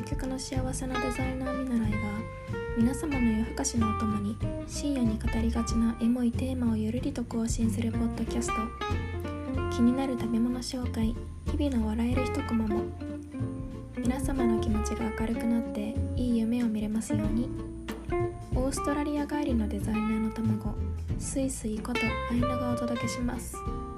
究極の幸せなデザイナー見習いが皆様の夜更かしのお供に深夜に語りがちなエモいテーマをゆるりと更新するポッドキャスト。気になる食べ物紹介、日々の笑える一コマも。皆様の気持ちが明るくなっていい夢を見れますように。オーストラリア帰りのデザイナーの卵、スイスイことアイナがお届けします。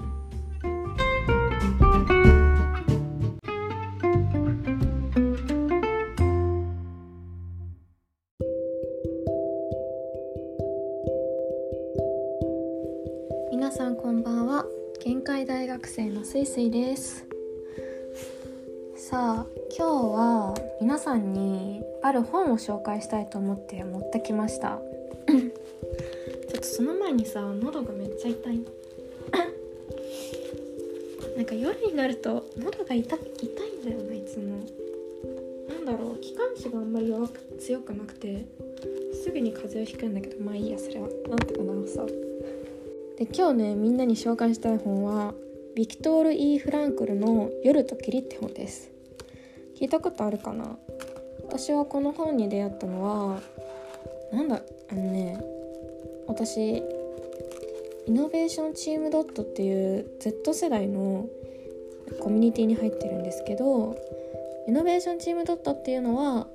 皆さんこんばんは。限界大学生のスイスイです。さあ、今日は皆さんにある本を紹介したいと思って持ってきましたちょっとその前にさ、喉がめっちゃ痛いなんか夜になると喉が痛いんだよね、いつも。なんだろう、気管支があんまり強くなくてすぐに風邪をひくんだけど、まあいいや、それはなんとかなるさ。で、今日ね、みんなに紹介したい本はビクトール・イー・フランクルの夜と霧って本です。聞いたことあるかな？私はこの本に出会ったのは私イノベーションチームドットっていう Z 世代のコミュニティに入ってるんですけど、イノベーションチームドットっていうのは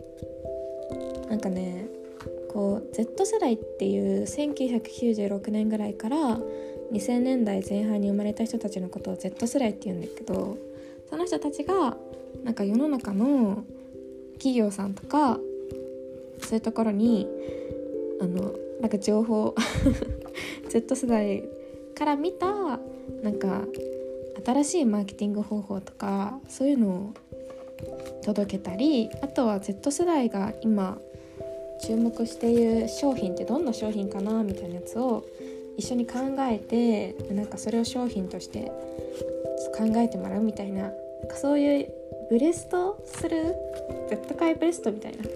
Z 世代っていう1996年ぐらいから2000年代前半に生まれた人たちのことを Z 世代って言うんだけど、その人たちが世の中の企業さんとかそういうところに情報Z 世代から見た新しいマーケティング方法とかそういうのを届けたり、あとは Z 世代が今注目している商品ってどんな商品かなみたいなやつを一緒に考えて、それを商品として考えてもらうみたいな、そういうブレストする Z 界ブレストみたいな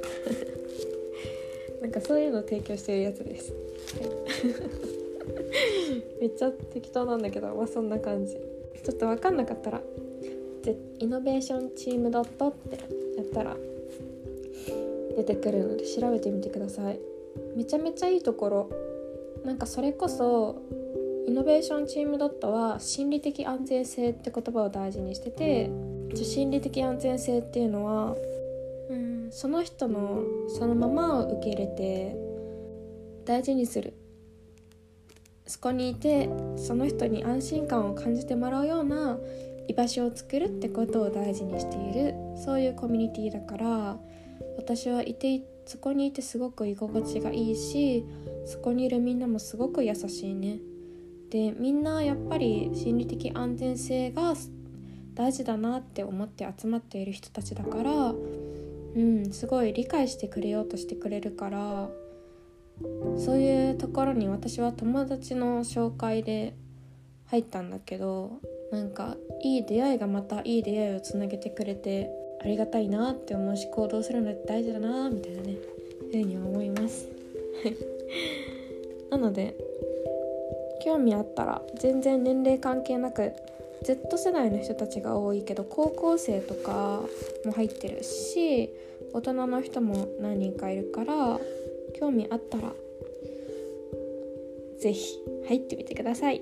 そういうのを提供しているやつですめっちゃ適当なんだけど、そんな感じ。ちょっと分かんなかったらイノベーションチームドットってやったら出てくるので調べてみてください。めちゃめちゃいいところ。それこそイノベーションチームドットは心理的安全性って言葉を大事にしてて、心理的安全性っていうのは、その人のそのままを受け入れて大事にする、そこにいてその人に安心感を感じてもらうような居場所を作るってことを大事にしている、そういうコミュニティだから、私はそこにいてすごく居心地がいいし、そこにいるみんなもすごく優しいね。で、みんなやっぱり心理的安全性が大事だなって思って集まっている人たちだから、すごい理解してくれようとしてくれるから、そういうところに私は友達の紹介で入ったんだけど、いい出会いがまたいい出会いをつなげてくれてありがたいなって思うし、行動するのって大事だなみたいなね、ふうに思いますなので興味あったら全然年齢関係なく、 Z 世代の人たちが多いけど高校生とかも入ってるし、大人の人も何人かいるから、興味あったらぜひ入ってみてください。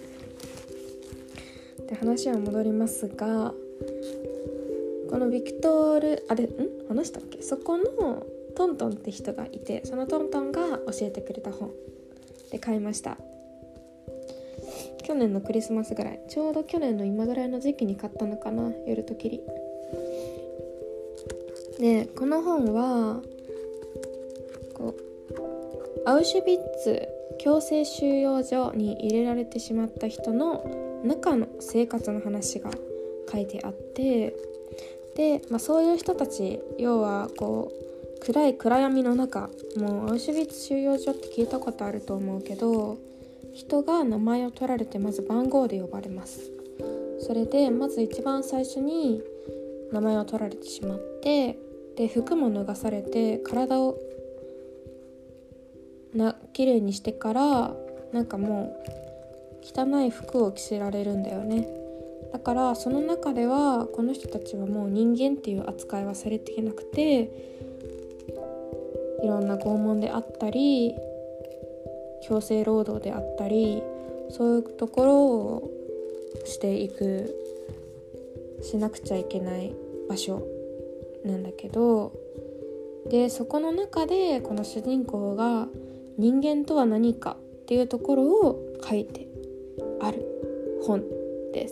で、話は戻りますが、このビクトール話したっけ、そこのトントンって人がいて、そのトントンが教えてくれた本で買いました。去年のクリスマスぐらい、ちょうど去年の今ぐらいの時期に買ったのかな、夜と霧で。この本はアウシュビッツ強制収容所に入れられてしまった人の中の生活の話が書いてあって、で、そういう人たち、要は暗い暗闇の中、もうアウシュビッツ収容所って聞いたことあると思うけど、人が名前を取られてまず番号で呼ばれます。それでまず一番最初に名前を取られてしまって、で服も脱がされて体をきれいにしてから、もう汚い服を着せられるんだよね。 だからその中ではこの人たちはもう人間っていう扱いはされていなくて、いろんな拷問であったり強制労働であったり、そういうところをしなくちゃいけない場所なんだけど、でそこの中でこの主人公が人間とは何かっていうところを書いてある本です。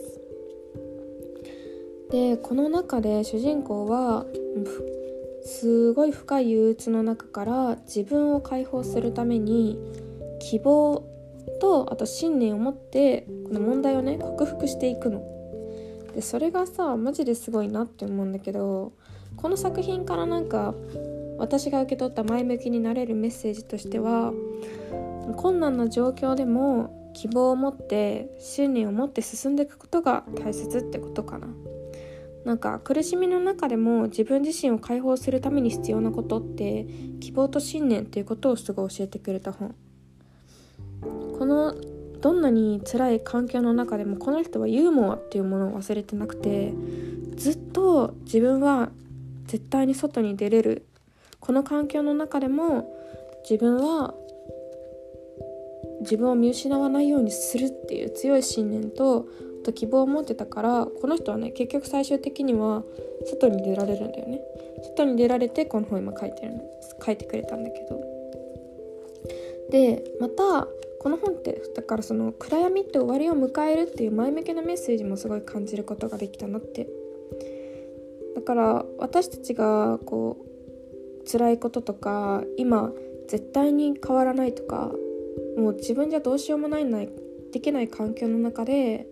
でこの中で主人公はすごい深い憂鬱の中から自分を解放するために希望とあと信念を持ってこの問題をね克服していくので、それがさマジですごいなって思うんだけど、この作品からなんか私が受け取った前向きになれるメッセージとしては、困難な状況でも希望を持って信念を持って進んでいくことが大切ってことかな。なんか苦しみの中でも自分自身を解放するために必要なことって希望と信念っていうことをすごい教えてくれた本。このどんなに辛い環境の中でもこの人はユーモアっていうものを忘れてなくて、ずっと自分は絶対に外に出れる、この環境の中でも自分は自分を見失わないようにするっていう強い信念と希望を持ってたから、この人はね結局最終的には外に出られるんだよね。外に出られてこの本今書いてくれたんだけど、でまたこの本ってだからその暗闇って終わりを迎えるっていう前向きなメッセージもすごい感じることができたなって。だから私たちがこう辛いこととか今絶対に変わらないとか、もう自分じゃどうしようもないできない環境の中で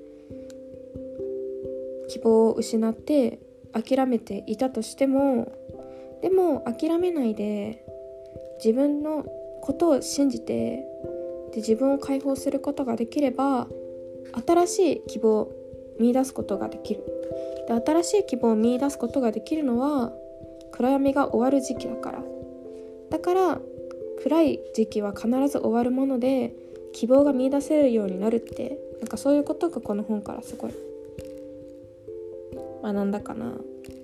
希望を失って諦めていたとしても、でも諦めないで自分のことを信じてで自分を解放することができれば新しい希望を見出すことができる。で新しい希望を見出すことができるのは暗闇が終わる時期だから。だから暗い時期は必ず終わるもので希望が見出せるようになるって、なんかそういうことがこの本からすごい学んだかな。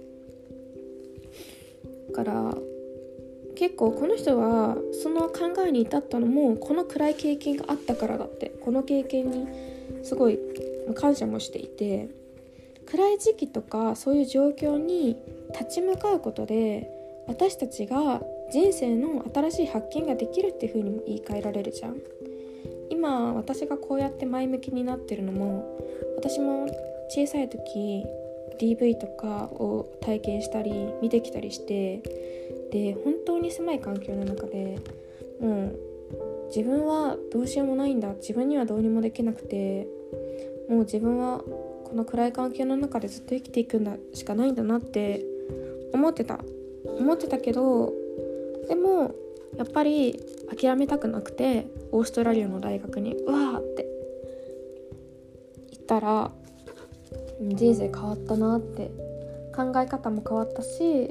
だから結構この人はその考えに至ったのもこの暗い経験があったからだって、この経験にすごい感謝もしていて、暗い時期とかそういう状況に立ち向かうことで私たちが人生の新しい発見ができるっていう風にも言い換えられるじゃん。今私がこうやって前向きになってるのも、私も小さい時 DV とかを体験したり見てきたりして、で本当に狭い環境の中でもう自分はどうしようもないんだ、自分にはどうにもできなくて、もう自分はこの暗い環境の中でずっと生きていくんだしかないんだなって思ってたけど、でもやっぱり諦めたくなくてオーストラリアの大学にうわーって行ったら人生変わったなって、考え方も変わったし、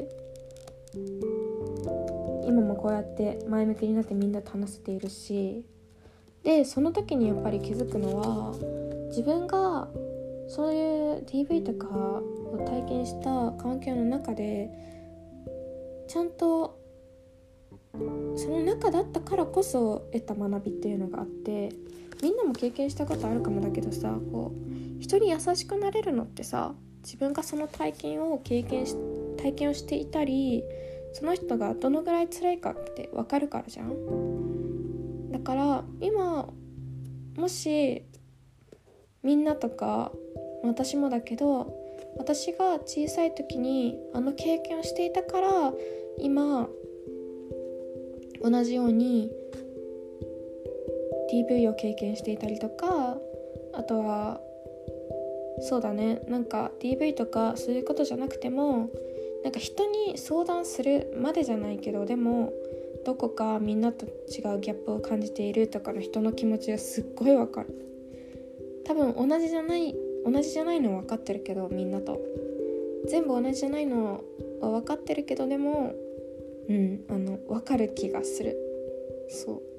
今もこうやって前向きになってみんなと話せているし、でその時にやっぱり気づくのは、自分がそういう DV とかを体験した環境の中でちゃんとその中だったからこそ得た学びっていうのがあって、みんなも経験したことあるかもだけどさ、こう人に優しくなれるのってさ、自分がその体験をしていたり、その人がどのぐらい辛いかって分かるからじゃん。だから今もしみんなとか私もだけど、私が小さい時にあの経験をしていたから今同じように DV を経験していたりとか、あとはそうだね、なんか DV とかそういうことじゃなくても、なんか人に相談するまでじゃないけど、でもどこかみんなと違うギャップを感じているとかの人の気持ちがすっごいわかる。多分同じじゃないのは分かってるけど、みんなと全部同じじゃないのは分かってるけど、でも分かる気がする。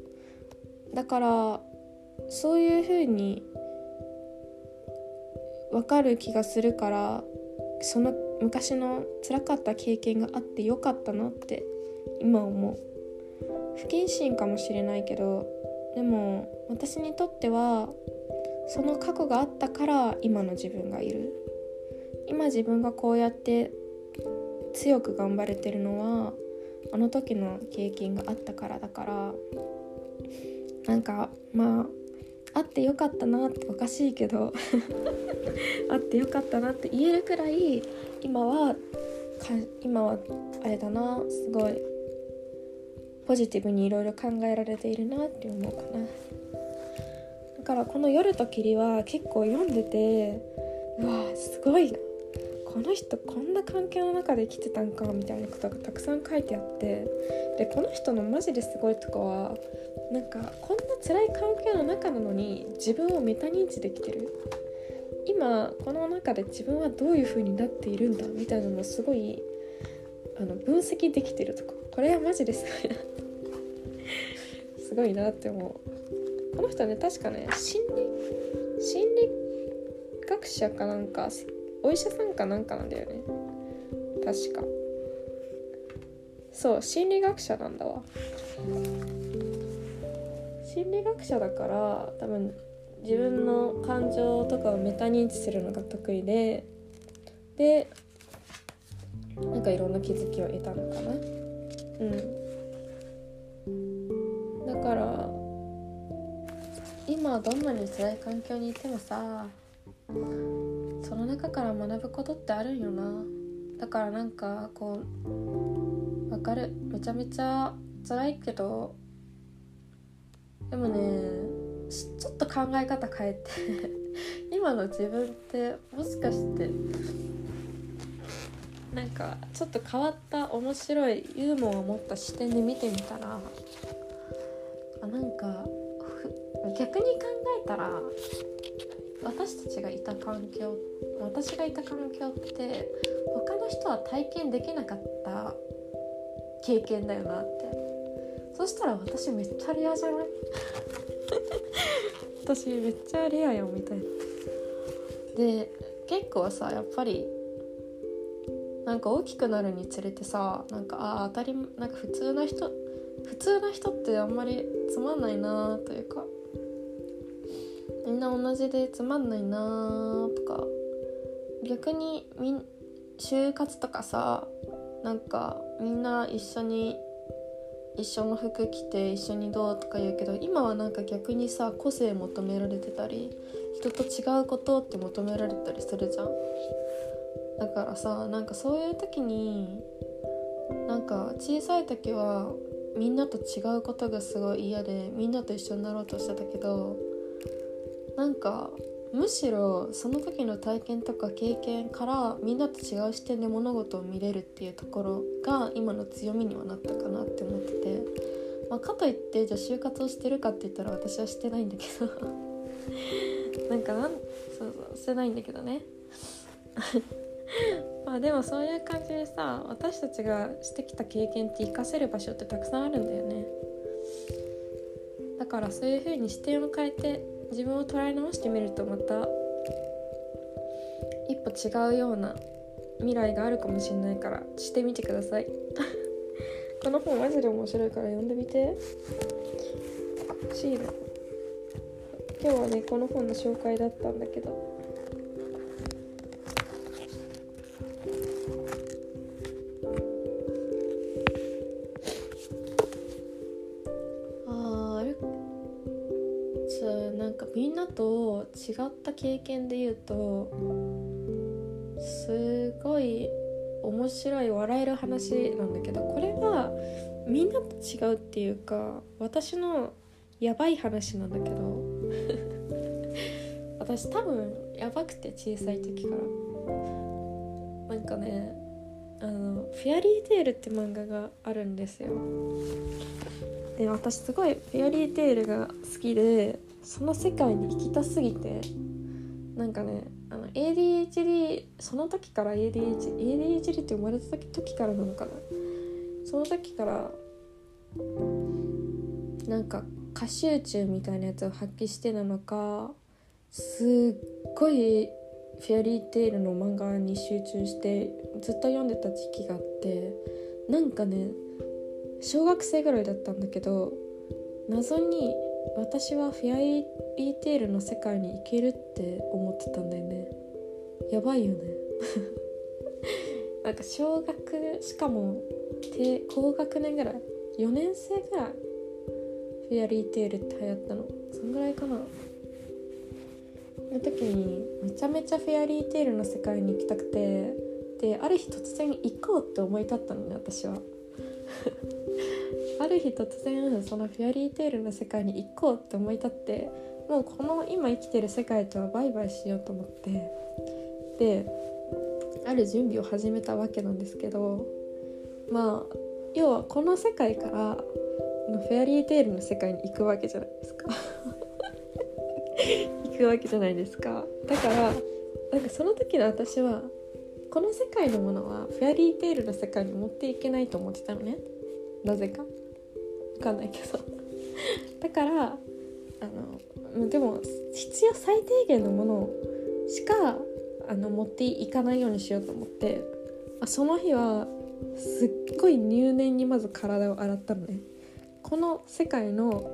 そうだからそういう風に分かる気がするから、その昔の辛かった経験があってよかったなって今思う。不謹慎かもしれないけど、でも私にとってはその過去があったから今の自分がいる。今自分がこうやって強く頑張れてるのはあの時の経験があったからだから、なんかあってよかったなっておかしいけどあってよかったなって言えるくらい今はあれだな、すごいポジティブにいろいろ考えられているなって思うかな。だからこの夜と霧は結構読んでて、うわすごいな、この人こんな環境の中で生きてたんかみたいなことがたくさん書いてあって、でこの人のマジですごいとこは、なんかこんな辛い環境の中なのに自分をメタ認知できてる。今この中で自分はどういう風になっているんだみたいなのをすごい分析できてるとこ、これはマジですごいなすごいなって思う。この人はね、確かね心理学者かなんかお医者さんかなんかなんだよね、確か。そう、心理学者なんだわ。心理学者だから多分自分の感情とかをメタ認知するのが得意で、なんかいろんな気づきを得たのかな。だから今どんなに辛い環境にいてもさ、その中から学ぶことってあるんよな。だからなんかこうわかる、めちゃめちゃ辛いけど、でもねちょっと考え方変えて今の自分ってもしかしてなんかちょっと変わった面白いユーモアを持った視点で見てみたら、なんか逆に考えたら私がいた環境って他の人は体験できなかった経験だよなって。そしたら私めっちゃレアじゃない私めっちゃレアよみたいな。で結構さ、やっぱりなんか大きくなるにつれてさ、なんかなんか普通な人ってあんまりつまんないなというか、みんな同じでつまんないなとか、逆に就活とかさ、なんかみんな一緒の服着て一緒にどうとか言うけど、今はなんか逆にさ個性求められてたり、人と違うことって求められたりするじゃん。だからさ、なんかそういう時になんか小さい時はみんなと違うことがすごい嫌でみんなと一緒になろうとしてたけど、なんかむしろその時の体験とか経験からみんなと違う視点で物事を見れるっていうところが今の強みにはなったかなって思ってて、かといってじゃあ就活をしてるかって言ったら私はしてないんだけどそうしてないんだけどねでもそういう感じでさ、私たちがしてきた経験って活かせる場所ってたくさんあるんだよね。だからそういう風に視点を変えて自分を捉え直してみると、また一歩違うような未来があるかもしれないからしてみてくださいこの本マジで面白いから読んでみて。シール今日はねこの本の紹介だったんだけど、なんかみんなと違った経験で言うとすごい面白い笑える話なんだけど、これはみんなと違うっていうか私のやばい話なんだけど私多分やばくて、小さい時からなんかねフェアリーテールって漫画があるんですよ。で私すごいフェアリーテールが好きで、その世界に行きたすぎて、なんかねADHD その時から ADHD って生まれた時からなのかな、その時からなんか過集中みたいなやつを発揮してなのか、すっごいフェアリーテイルの漫画に集中してずっと読んでた時期があって、なんかね小学生ぐらいだったんだけど、謎に私はフェアリーテイルの世界に行けるって思ってたんだよね。やばいよねなんか小学、しかも高学年ぐらい、4年生ぐらいフェアリーテイルって流行ったの、そんぐらいかなの時にめちゃめちゃフェアリーテイルの世界に行きたくて、である日突然行こうって思い立ったのね、私はある日突然そのフェアリーテイルの世界に行こうって思い立って、もうこの今生きてる世界とはバイバイしようと思って、である準備を始めたわけなんですけど、まあ要はこの世界からフェアリーテイルの世界に行くわけじゃないですか行くわけじゃないですか。だからなんかその時の私はこの世界のものはフェアリーテイルの世界に持っていけないと思ってたのね、なぜか分かんないけどだからでも必要最低限のものしか持っていかないようにしようと思って、その日はすっごい入念にまず体を洗ったのね。この世界の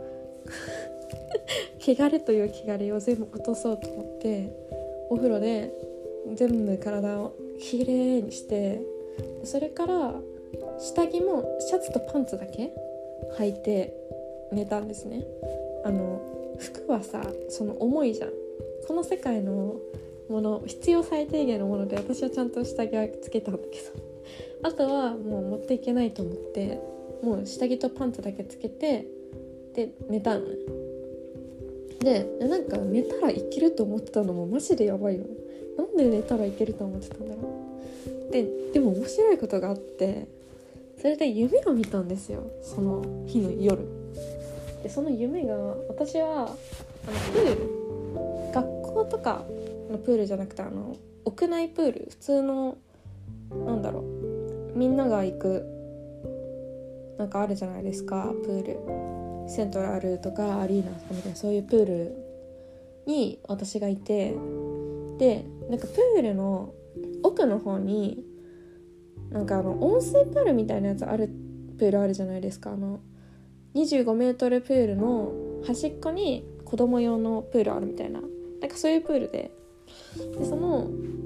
汚れという汚れを全部落とそうと思って、お風呂で全部体をきれいにして、それから下着もシャツとパンツだけ履いて寝たんですね。服はさ、その重いじゃん。この世界のもの、必要最低限のもので私はちゃんと下着はつけたんだけど、あとはもう持っていけないと思って、もう下着とパンツだけつけて、で寝たのね。でなんか寝たらいけると思ってたのもマジでやばいよね。なんで寝たらいけると思ってたんだろう。でも面白いことがあって、それで夢を見たんですよ、その日の夜で。その夢が、私はプール、学校とかのプールじゃなくて屋内プール、普通のなんだろう、みんなが行くなんかあるじゃないですか、プール、セントラルとかアリーナとかみたいな、そういうプールに私がいて、でなんかプールの奥の方になんか温水プールみたいなやつある、プールあるじゃないですか。25メートルプールの端っこに子供用のプールあるみたいな、なんかそういうプールで、その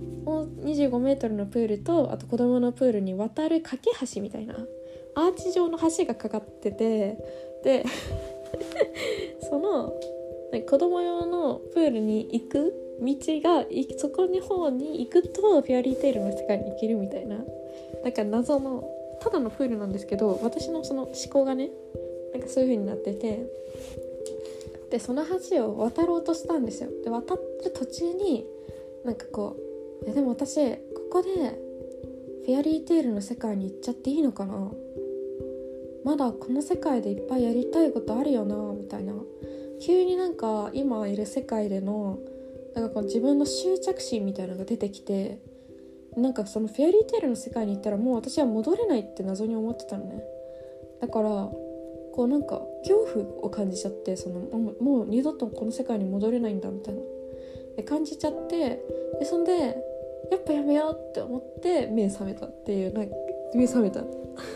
25メートルのプールと、あと子供のプールに渡る架け橋みたいなアーチ状の橋がかかってて、でその子供用のプールに行く道が、そこの方に行くとフェアリーテイルの世界に行けるみたいな、なんか謎のただのプールなんですけど、私のその思考がね、なんかそういう風になってて、でその橋を渡ろうとしたんですよ。で渡ってる途中になんかこう、でも私ここでフェアリーテイルの世界に行っちゃっていいのかな、まだこの世界でいっぱいやりたいことあるよなみたいな、急になんか今いる世界でのなんかこう自分の執着心みたいなのが出てきて、なんかそのフェアリーテイルの世界に行ったらもう私は戻れないって謎に思ってたのね。だからこうなんか恐怖を感じちゃって、もう二度とこの世界に戻れないんだみたいなで感じちゃって、でそんでやっぱやめようって思って目覚めたっていう、なんか目覚めた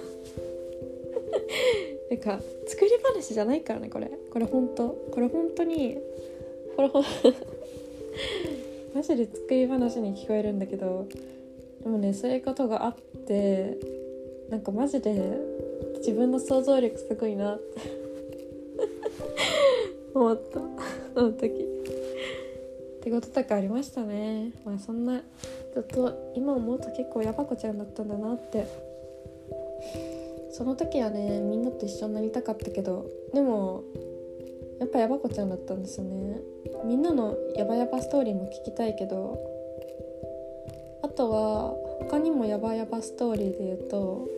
なんか作り話じゃないからね、これ本当にマジで作り話に聞こえるんだけど、でもね、そういうことがあって、なんかマジで自分の想像力すごいなって思ったその時ってこととかありましたね。まあそんな、ずっと今思うと結構ヤバ子ちゃんだったんだなって。その時はね、みんなと一緒になりたかったけど、でもやっぱヤバ子ちゃんだったんですよね。みんなのヤバヤバストーリーも聞きたいけど、あとは他にもヤバヤバストーリーで言うと、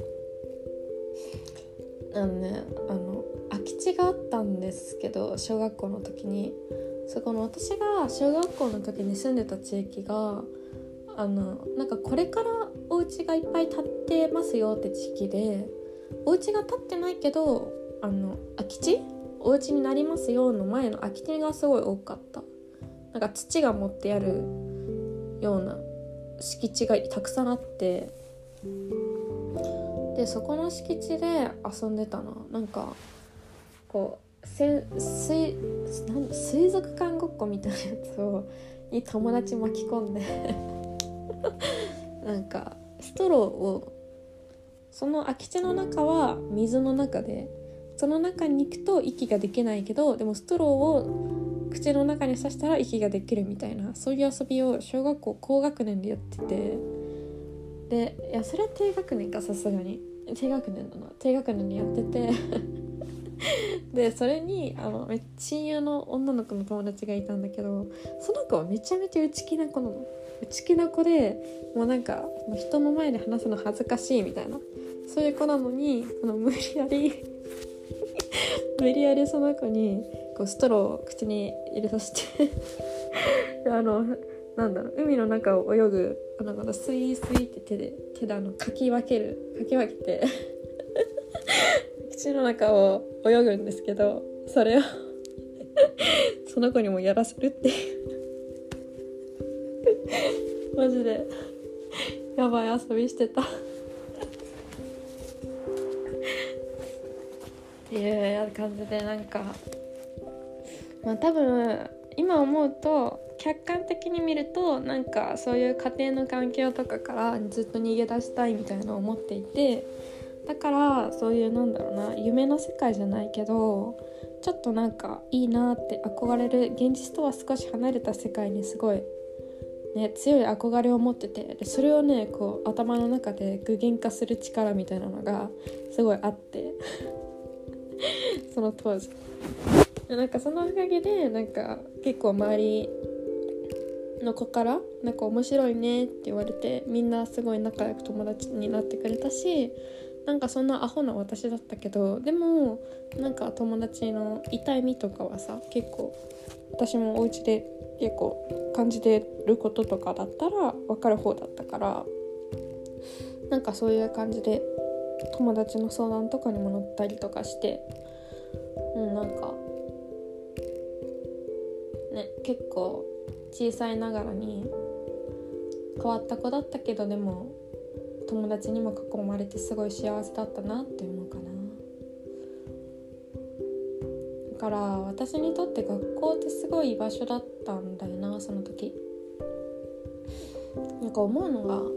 空き地があったんですけど、小学校の時に、そこの私が小学校の時に住んでた地域がなんかこれからお家がいっぱい建ってますよって地域で、お家が建ってないけど空き地お家になりますよの前の空き地がすごい多かった。なんか土が持ってあるような敷地がたくさんあって、でそこの敷地で遊んでたな。なんかこう水族館ごっこみたいなやつに友達巻き込んでなんかストローを、その空き地の中は水の中で、その中に行くと息ができないけど、でもストローを口の中に刺したら息ができるみたいな、そういう遊びを小学校高学年でやってて、でいやそれは低学年か、さすがに低学年でやっててでそれに親友の女の子の友達がいたんだけど、その子はめちゃめちゃ内気な子なの。内気な子で、もうなんか人の前で話すの恥ずかしいみたいな、そういう子なのに、無理やりその子にこうストローを口に入れさせてで海の中を泳ぐスイースイって手でかき分けて口の中を泳ぐんですけど、それをその子にもやらせるっていうマジでやばい遊びしてたっていう感じで、なんか多分今思うと、客観的に見るとなんかそういう家庭の環境とかからずっと逃げ出したいみたいな思っていて、だからそういう夢の世界じゃないけど、ちょっとなんかいいなって憧れる、現実とは少し離れた世界にすごいね、強い憧れを持ってて、でそれをねこう頭の中で具現化する力みたいなのがすごいあってその当時なんかそのおかげでなんか結構周りの子からなんか面白いねって言われて、みんなすごい仲良く友達になってくれたし、なんかそんなアホな私だったけど、でもなんか友達の痛みとかはさ、結構私もお家で結構感じてることとかだったら分かる方だったから、なんかそういう感じで友達の相談とかにも乗ったりとかして、なんかね、結構小さいながらに変わった子だったけど、でも友達にも囲まれてすごい幸せだったなって思うかな。だから私にとって学校ってすごい居場所だったんだよな、その時。なんか思うのが、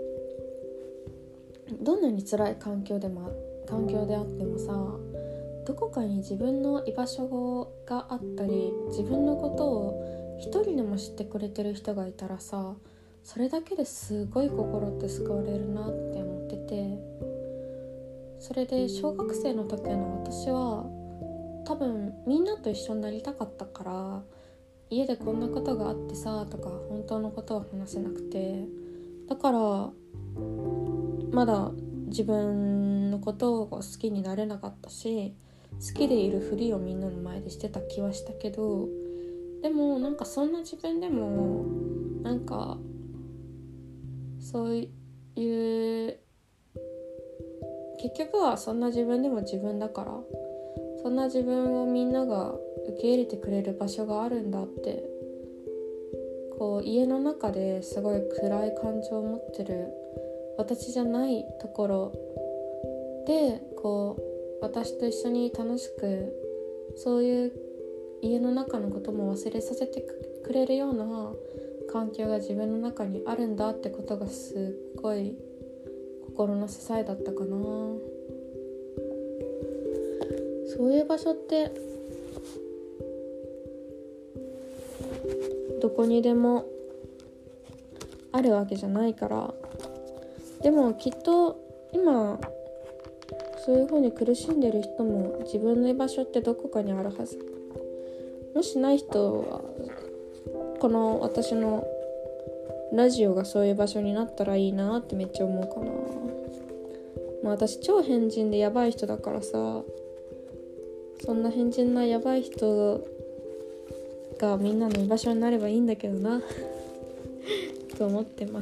どんなに辛い環境であってもさ、どこかに自分の居場所があったり、自分のことを一人でも知ってくれてる人がいたらさ、それだけですごい心って救われるなって思ってて、それで小学生の時の私は多分みんなと一緒になりたかったから、家でこんなことがあってさとか本当のことは話せなくて、だからまだ自分のことを好きになれなかったし、好きでいるふりをみんなの前でしてた気はしたけど、でもなんかそんな自分でもなんかそういう結局はそんな自分でも自分だから、そんな自分をみんなが受け入れてくれる場所があるんだって、こう家の中ですごい暗い感情を持ってる私じゃないところで、こう私と一緒に楽しくそういう家の中のことも忘れさせてくれるような環境が自分の中にあるんだってことがすっごい心の支えだったかな。そういう場所ってどこにでもあるわけじゃないから、でもきっと今そういう風に苦しんでる人も自分の居場所ってどこかにあるはず。もしない人はこの私のラジオがそういう場所になったらいいなってめっちゃ思うかな。私超変人でやばい人だからさ、そんな変人なやばい人がみんなの居場所になればいいんだけどなと思ってます。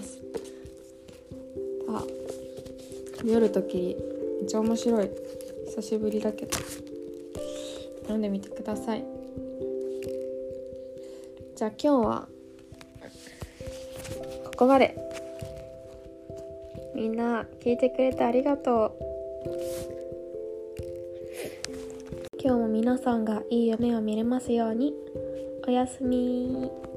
夜ときめっちゃ面白い。久しぶりだけど読んでみてください。じゃあ今日はこまで。みんな聞いてくれてありがとう。今日も皆さんがいい夢を見れますように。おやすみ。